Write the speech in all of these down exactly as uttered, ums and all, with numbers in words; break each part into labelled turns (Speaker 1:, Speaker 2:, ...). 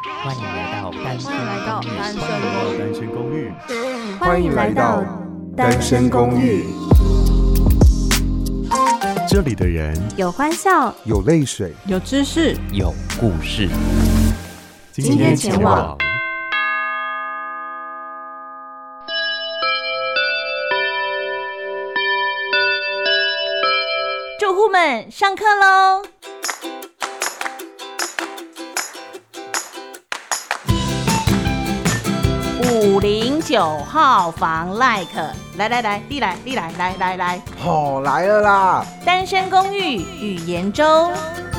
Speaker 1: 欢迎来到单身公寓。
Speaker 2: 欢迎来到单身公寓。
Speaker 1: 这里的人
Speaker 3: 有欢笑，
Speaker 2: 有泪水，
Speaker 3: 有知识，
Speaker 1: 有故事。
Speaker 3: 今天前往住户们上课喽！五零九号房 like， 来来来，你来你来来来来，
Speaker 2: 好、哦、来了啦！
Speaker 3: 单身公寓语言周。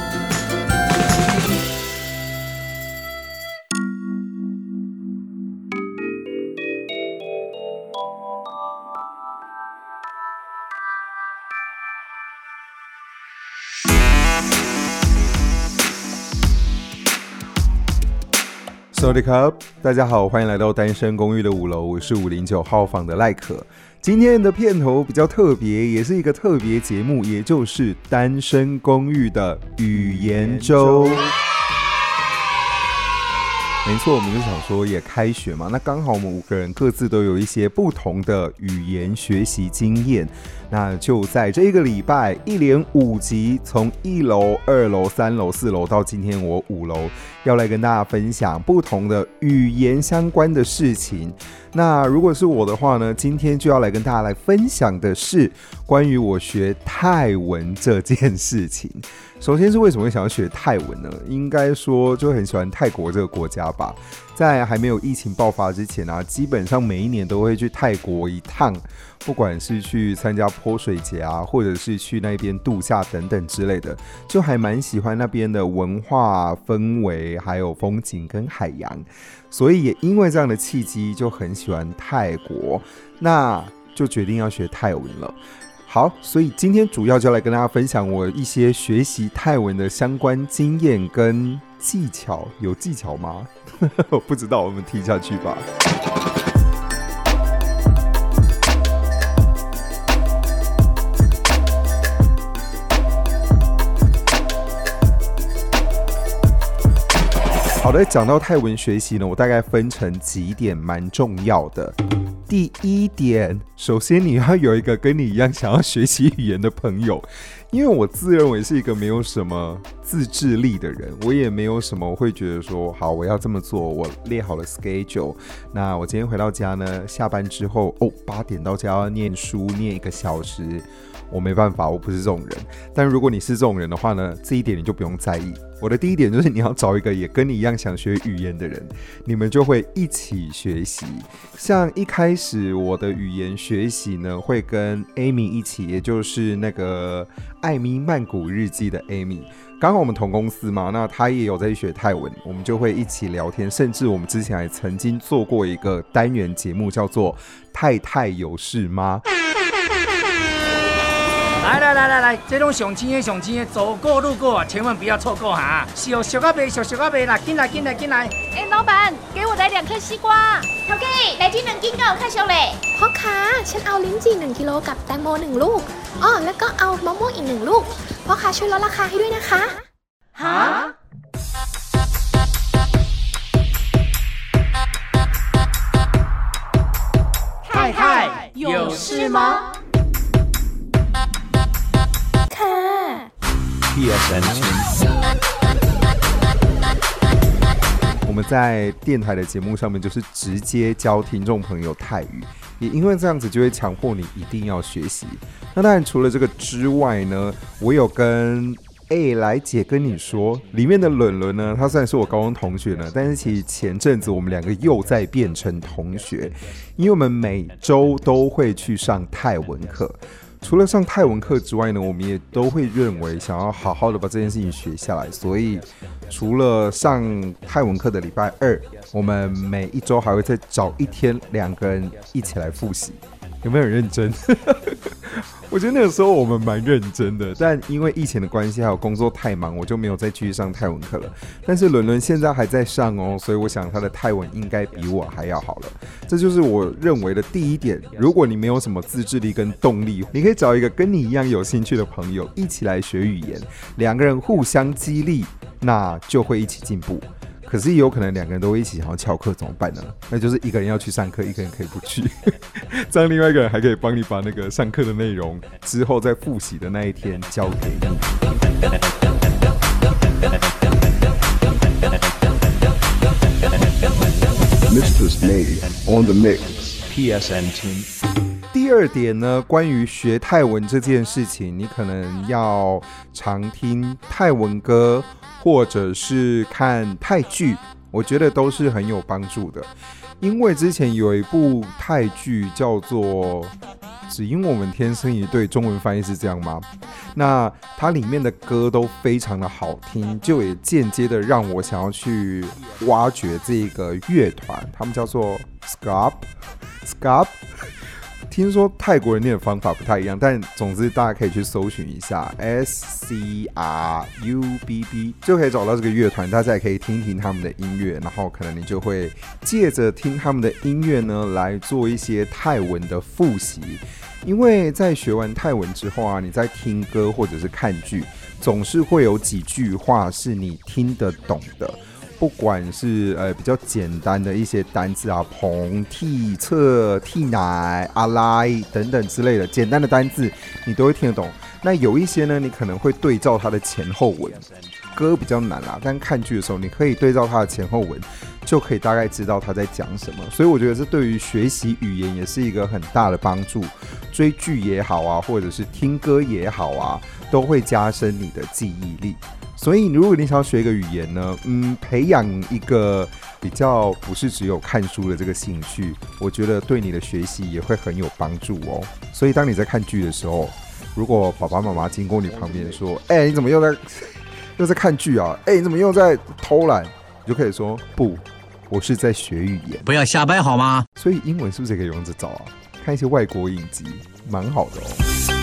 Speaker 2: สวัสดีครับ，大家好，欢迎来到单身公寓的五楼，我是五零九号房的赖可。今天的片头比较特别，也是一个特别节目，也就是单身公寓的语言周。没错，我们就想说也开学嘛，那刚好我们五个人各自都有一些不同的语言学习经验，那就在这个礼拜一连五集，从一楼、二楼、三楼、四楼到今天我五楼，要来跟大家分享不同的语言相关的事情。那如果是我的话呢，今天就要来跟大家来分享的是关于我学泰文这件事情。首先是为什么会想要学泰文呢？应该说就很喜欢泰国这个国家吧。在还没有疫情爆发之前啊，基本上每一年都会去泰国一趟，不管是去参加泼水节啊，或者是去那边度假等等之类的，就还蛮喜欢那边的文化氛围，还有风景跟海洋，所以也因为这样的契机，就很喜欢泰国，那就决定要学泰文了。好，所以今天主要就来跟大家分享我一些学习泰文的相关经验跟技巧。有技巧吗？我不知道，我们听下去吧。好的，讲到泰文学习呢，我大概分成几点蛮重要的。第一点，首先你要有一个跟你一样想要学习语言的朋友，因为我自认为是一个没有什么自制力的人，我也没有什么会觉得说好我要这么做，我列好了 schedule， 那我今天回到家呢，下班之后哦八点到家要念书念一个小时，我没办法，我不是这种人。但如果你是这种人的话呢，这一点你就不用在意。我的第一点就是你要找一个也跟你一样想学语言的人，你们就会一起学习。像一开始我的语言学习呢，会跟 Amy 一起，也就是那个艾咪曼谷日记的 Amy。刚好我们同公司嘛，那他也有在学泰文，我们就会一起聊天，甚至我们之前还曾经做过一个单元节目，叫做太太有事吗？
Speaker 4: 来来来来来，这种上青的上青的，走过路过啊，千万不要错过哈！小小个杯，小小个杯啦，进来进来进来！
Speaker 5: 哎，老板，给我来两颗西瓜。头家，嚟支หนึ่งกินก็ค่าชงเลยพ่อค้าฉันเอาลิ้นจี่หนึ่งกิโลกับแตงโมหนึ่งลูกอ๋อแล้วก็เอามะม่วงอีกหนึ่งลูกพ่อค้าช่วยลดราคาให้ด้วยนะคะฮะ
Speaker 4: 太太有事吗？
Speaker 2: 我们在电台的节目上面就是直接教听众朋友泰语，也因为这样子就会强迫你一定要学习。那当然除了这个之外呢，我有跟哎来姐跟你说，里面的伦伦呢，他虽然是我高中同学呢，但是其实前阵子我们两个又在变成同学，因为我们每周都会去上泰文课。除了上泰文课之外呢，我们也都会认为想要好好的把这件事情学下来，所以除了上泰文课的礼拜二，我们每一周还会再找一天两个人一起来复习。有没有很认真？我觉得那个时候我们蛮认真的，但因为疫情的关系还有工作太忙，我就没有再继续上泰文课了。但是伦伦现在还在上哦，所以我想他的泰文应该比我还要好了。这就是我认为的第一点，如果你没有什么自制力跟动力，你可以找一个跟你一样有兴趣的朋友一起来学语言，两个人互相激励，那就会一起进步。 可是也有可能两个人都会一起想要翘课，怎么办呢？那就是一个人要去上课，一个人可以不去，这样另外一个人还可以帮你把那个上课的内容之后在复习的那一天交给你。
Speaker 6: Mistress May on the mix.
Speaker 7: P S N Team。
Speaker 2: 第二点呢，关于学泰文这件事情，你可能要常听泰文歌，或者是看泰剧，我觉得都是很有帮助的。因为之前有一部泰剧叫做《只因我们天生一对》，中文翻译是这样吗？那它里面的歌都非常的好听，就也间接的让我想要去挖掘这个乐团，他们叫做 Scrub Scrub。听说泰国人念的方法不太一样，但总之大家可以去搜寻一下 S C R U B B 就可以找到这个乐团，大家也可以听一听他们的音乐，然后可能你就会借着听他们的音乐呢来做一些泰文的复习。因为在学完泰文之后啊，你在听歌或者是看剧，总是会有几句话是你听得懂的。不管是呃比较简单的一些单字啊，棚、替、侧、替奶、阿拉等等之类的简单的单字，你都会听得懂。那有一些呢，你可能会对照它的前后文，歌比较难啦，但看剧的时候，你可以对照它的前后文，就可以大概知道他在讲什么。所以我觉得这对于学习语言也是一个很大的帮助。追剧也好啊，或者是听歌也好啊，都会加深你的记忆力。所以如果你想要学一个语言呢，嗯，培养一个比较不是只有看书的这个兴趣，我觉得对你的学习也会很有帮助哦。所以当你在看剧的时候，如果爸爸妈妈经过你旁边说，哎、欸，你怎么又在又在看剧啊？哎、欸，你怎么又在偷懒？你就可以说，不，我是在学语言。
Speaker 7: 不要瞎掰好吗？
Speaker 2: 所以英文是不是也可以用着找啊？看一些外国影集，蛮好的哦。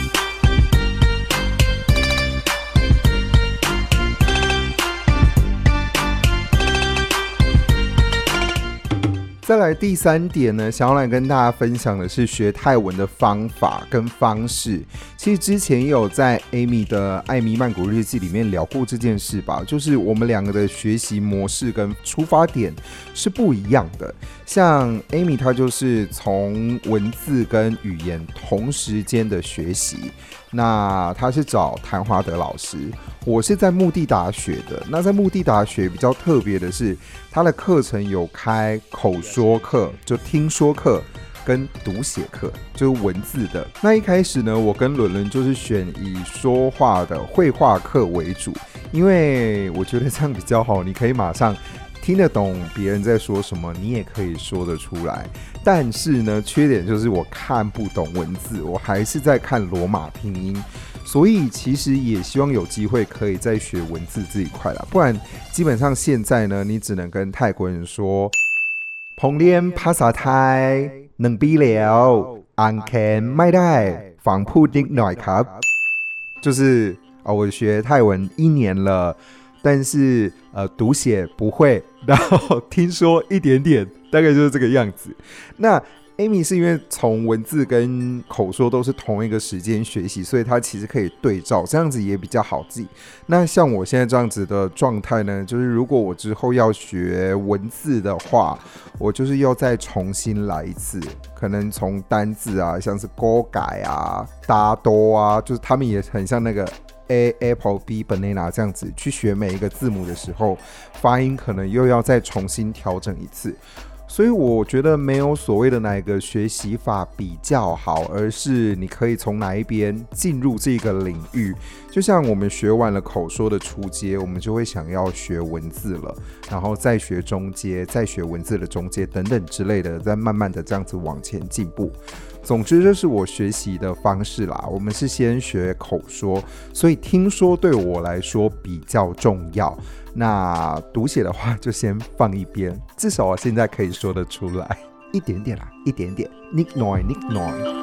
Speaker 2: 再来第三点呢，想要来跟大家分享的是学泰文的方法跟方式。其实之前也有在 Amy 的艾米曼谷日记里面聊过这件事吧，就是我们两个的学习模式跟出发点是不一样的。像 Amy 她就是从文字跟语言同时间的学习，那她是找谭华德老师，我是在木地达学的。那在木地达学比较特别的是，他的课程有开口说课，就听说课跟读写课，就是文字的。那一开始呢，我跟伦伦就是选以说话的绘画课为主，因为我觉得这样比较好，你可以马上听得懂别人在说什么，你也可以说得出来。但是呢，缺点就是我看不懂文字，我还是在看罗马拼音，所以其实也希望有机会可以再学文字这一块啦，不然基本上现在呢，你只能跟泰国人说碰练ภาษาไทยหนึ่งปีแล้วอ่านเขียนไม่ได้ฟังพูดนิดหน่อยครับ，就是啊，我学泰文一年了，但是呃读写不会，然后听说一点点，大概就是这个样子。那 Amy 是因为从文字跟口说都是同一个时间学习，所以她其实可以对照，这样子也比较好记。那像我现在这样子的状态呢，就是如果我之后要学文字的话，我就是要再重新来一次，可能从单字啊，像是勾改啊、大多啊，就是他们也很像那个A apple B banana 这样子去学每一个字母的时候，发音可能又要再重新调整一次。所以我觉得没有所谓的哪一个学习法比较好，而是你可以从哪一边进入这个领域。就像我们学完了口说的初阶，我们就会想要学文字了，然后再学中阶，再学文字的中阶等等之类的，再慢慢的这样子往前进步。总之这是我学习的方式啦，我们是先学口说，所以听说对我来说比较重要，那读写的话就先放一边，至少我现在可以说得出来一点点啦，一点点 nick noi nick noi。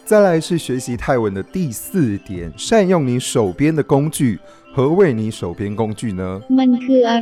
Speaker 2: 再来是学习泰文的第四点，善用你手边的工具。何谓你手边工具呢？
Speaker 8: มันคืออะไร？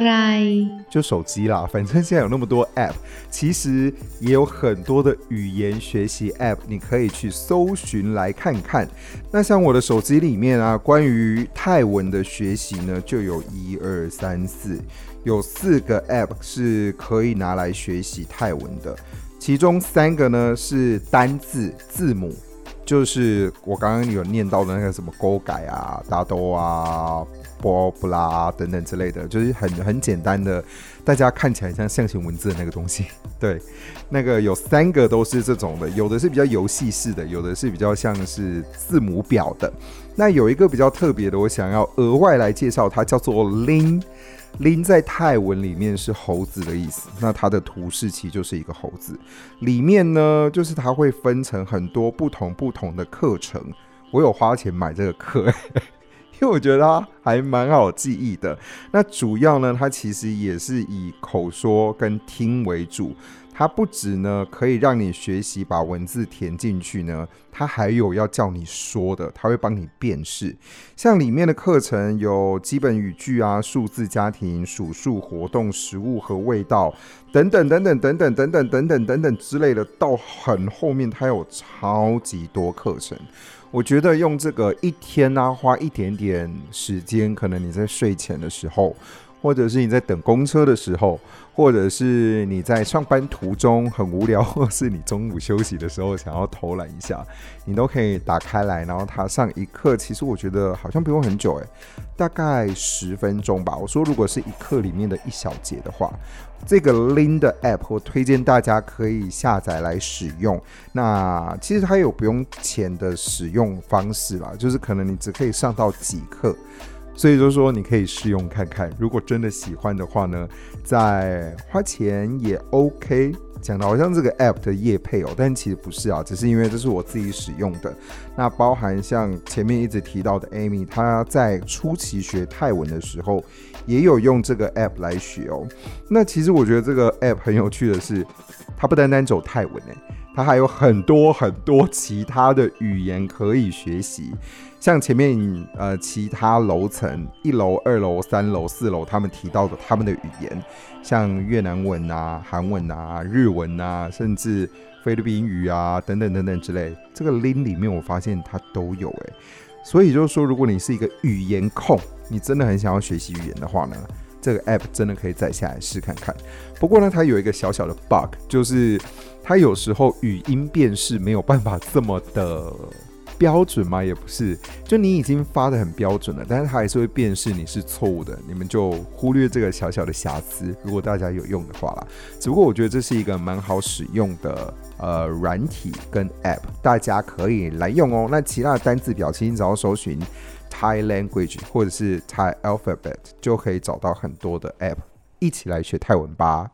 Speaker 2: 就手机啦，反正现在有那么多 app， 其实也有很多的语言学习 app， 你可以去搜寻来看看。那像我的手机里面啊，关于泰文的学习呢，就有一二三四，有四个 app 是可以拿来学习泰文的，其中三个呢是单字字母。就是我刚刚有念到的那个什么勾改啊、大兜啊、波布拉等等之类的，就是很很简单的，大家看起来像象形文字的那个东西。对，那个有三个都是这种的，有的是比较游戏式的，有的是比较像是字母表的。那有一个比较特别的，我想要额外来介绍，它叫做 Linh。Linh 在泰文里面是猴子的意思，那它的图示其实就是一个猴子。里面呢，就是它会分成很多不同不同的课程。我有花钱买这个课，因为我觉得它还蛮好记忆的。那主要呢，它其实也是以口说跟听为主。它不只呢可以让你学习把文字填进去呢，它还有要叫你说的，它会帮你辨识。像里面的课程有基本语句啊、数字、家庭、数数、活动、食物和味道等等等等等等等等等等等等之类的，到很后面它有超级多课程。我觉得用这个一天啊，花一点点时间，可能你在睡前的时候，或者是你在等公车的时候，或者是你在上班途中很无聊，或是你中午休息的时候想要偷懒一下，你都可以打开来，然后它上一课，其实我觉得好像不用很久耶，大概十分钟吧。我说如果是一课里面的一小节的话，这个 Linh 的 app 我推荐大家可以下载来使用。那其实它有不用钱的使用方式啦，就是可能你只可以上到几课，所以就说你可以试用看看，如果真的喜欢的话呢，再花钱也 OK。讲的好像这个 app 的业配哦，但其实不是啊，只是因为这是我自己使用的。那包含像前面一直提到的 Amy， 她在初期学泰文的时候也有用这个 app 来学哦。那其实我觉得这个 app 很有趣的是，它不单单走泰文耶，它还有很多很多其他的语言可以学习。像前面呃其他楼层一楼、二楼、三楼、四楼他们提到的他们的语言，像越南文啊、韩文啊、日文啊，甚至菲律宾语啊等等等等之类，这个 Linh 里面我发现它都有哎。所以就是说，如果你是一个语言控，你真的很想要学习语言的话呢，这个 app 真的可以载下来试看看。不过呢，它有一个小小的 bug， 就是它有时候语音辨识没有办法这么的标准吗？也不是，就你已经发得很标准了，但是它还是会辨识你是错误的，你们就忽略这个小小的瑕疵，如果大家有用的话啦。只不过我觉得这是一个蛮好使用的呃软体跟 app， 大家可以来用哦。那其他的单字表其实你只要搜寻 Thai language 或者是 Thai alphabet 就可以找到很多的 app， 一起来学泰文吧。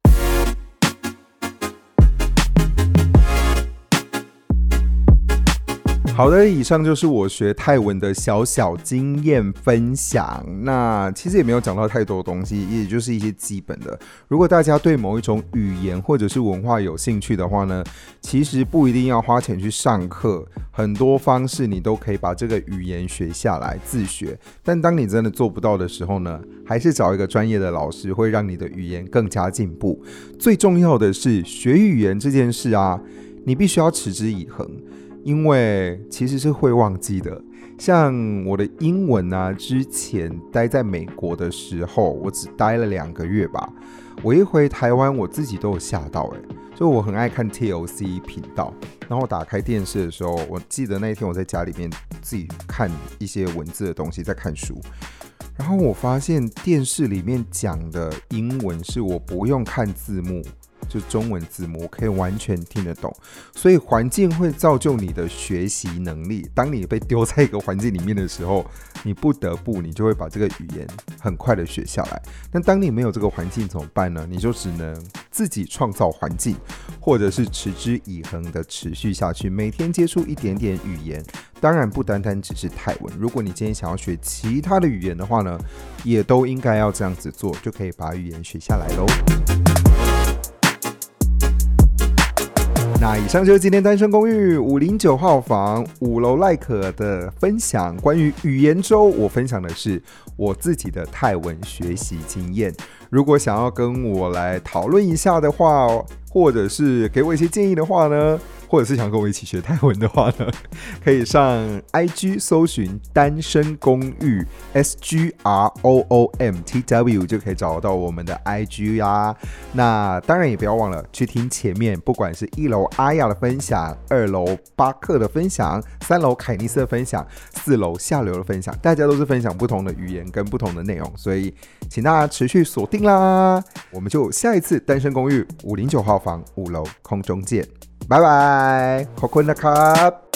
Speaker 2: 好的，以上就是我学泰文的小小经验分享。那其实也没有讲到太多东西，也就是一些基本的。如果大家对某一种语言或者是文化有兴趣的话呢，其实不一定要花钱去上课，很多方式你都可以把这个语言学下来自学。但当你真的做不到的时候呢，还是找一个专业的老师，会让你的语言更加进步。最重要的是，学语言这件事啊，你必须要持之以恒。因为其实是会忘记的，像我的英文啊，之前待在美国的时候，我只待了两个月吧。我一回台湾，我自己都有吓到哎、欸，就我很爱看 T L C 频道，然后打开电视的时候，我记得那一天我在家里面自己看一些文字的东西，在看书，然后我发现电视里面讲的英文是我不用看字幕。就中文字幕我可以完全听得懂，所以环境会造就你的学习能力。当你被丢在一个环境里面的时候，你不得不你就会把这个语言很快的学下来。但当你没有这个环境怎么办呢？你就只能自己创造环境，或者是持之以恒的持续下去，每天接触一点点语言。当然不单单只是泰文，如果你今天想要学其他的语言的话呢，也都应该要这样子做，就可以把语言学下来咯。 那以上就是今天单身公寓五零九号房五楼赖可的分享。关于语言周，我分享的是我自己的泰文学习经验。如果想要跟我来讨论一下的话，或者是给我一些建议的话呢，或者是想跟我一起学泰文的话呢，可以上 I G 搜寻单身公寓 S G R O O M T W 就可以找到我们的 I G 啦。那当然也不要忘了去听前面，不管是一楼阿雅的分享，二楼巴克的分享，三楼凯尼斯的分享，四楼下流的分享，大家都是分享不同的语言跟不同的内容，所以请大家持续锁定啦。我们就下一次单身公寓五零九号房五楼空中见，拜拜，ขอบคุณนะครับ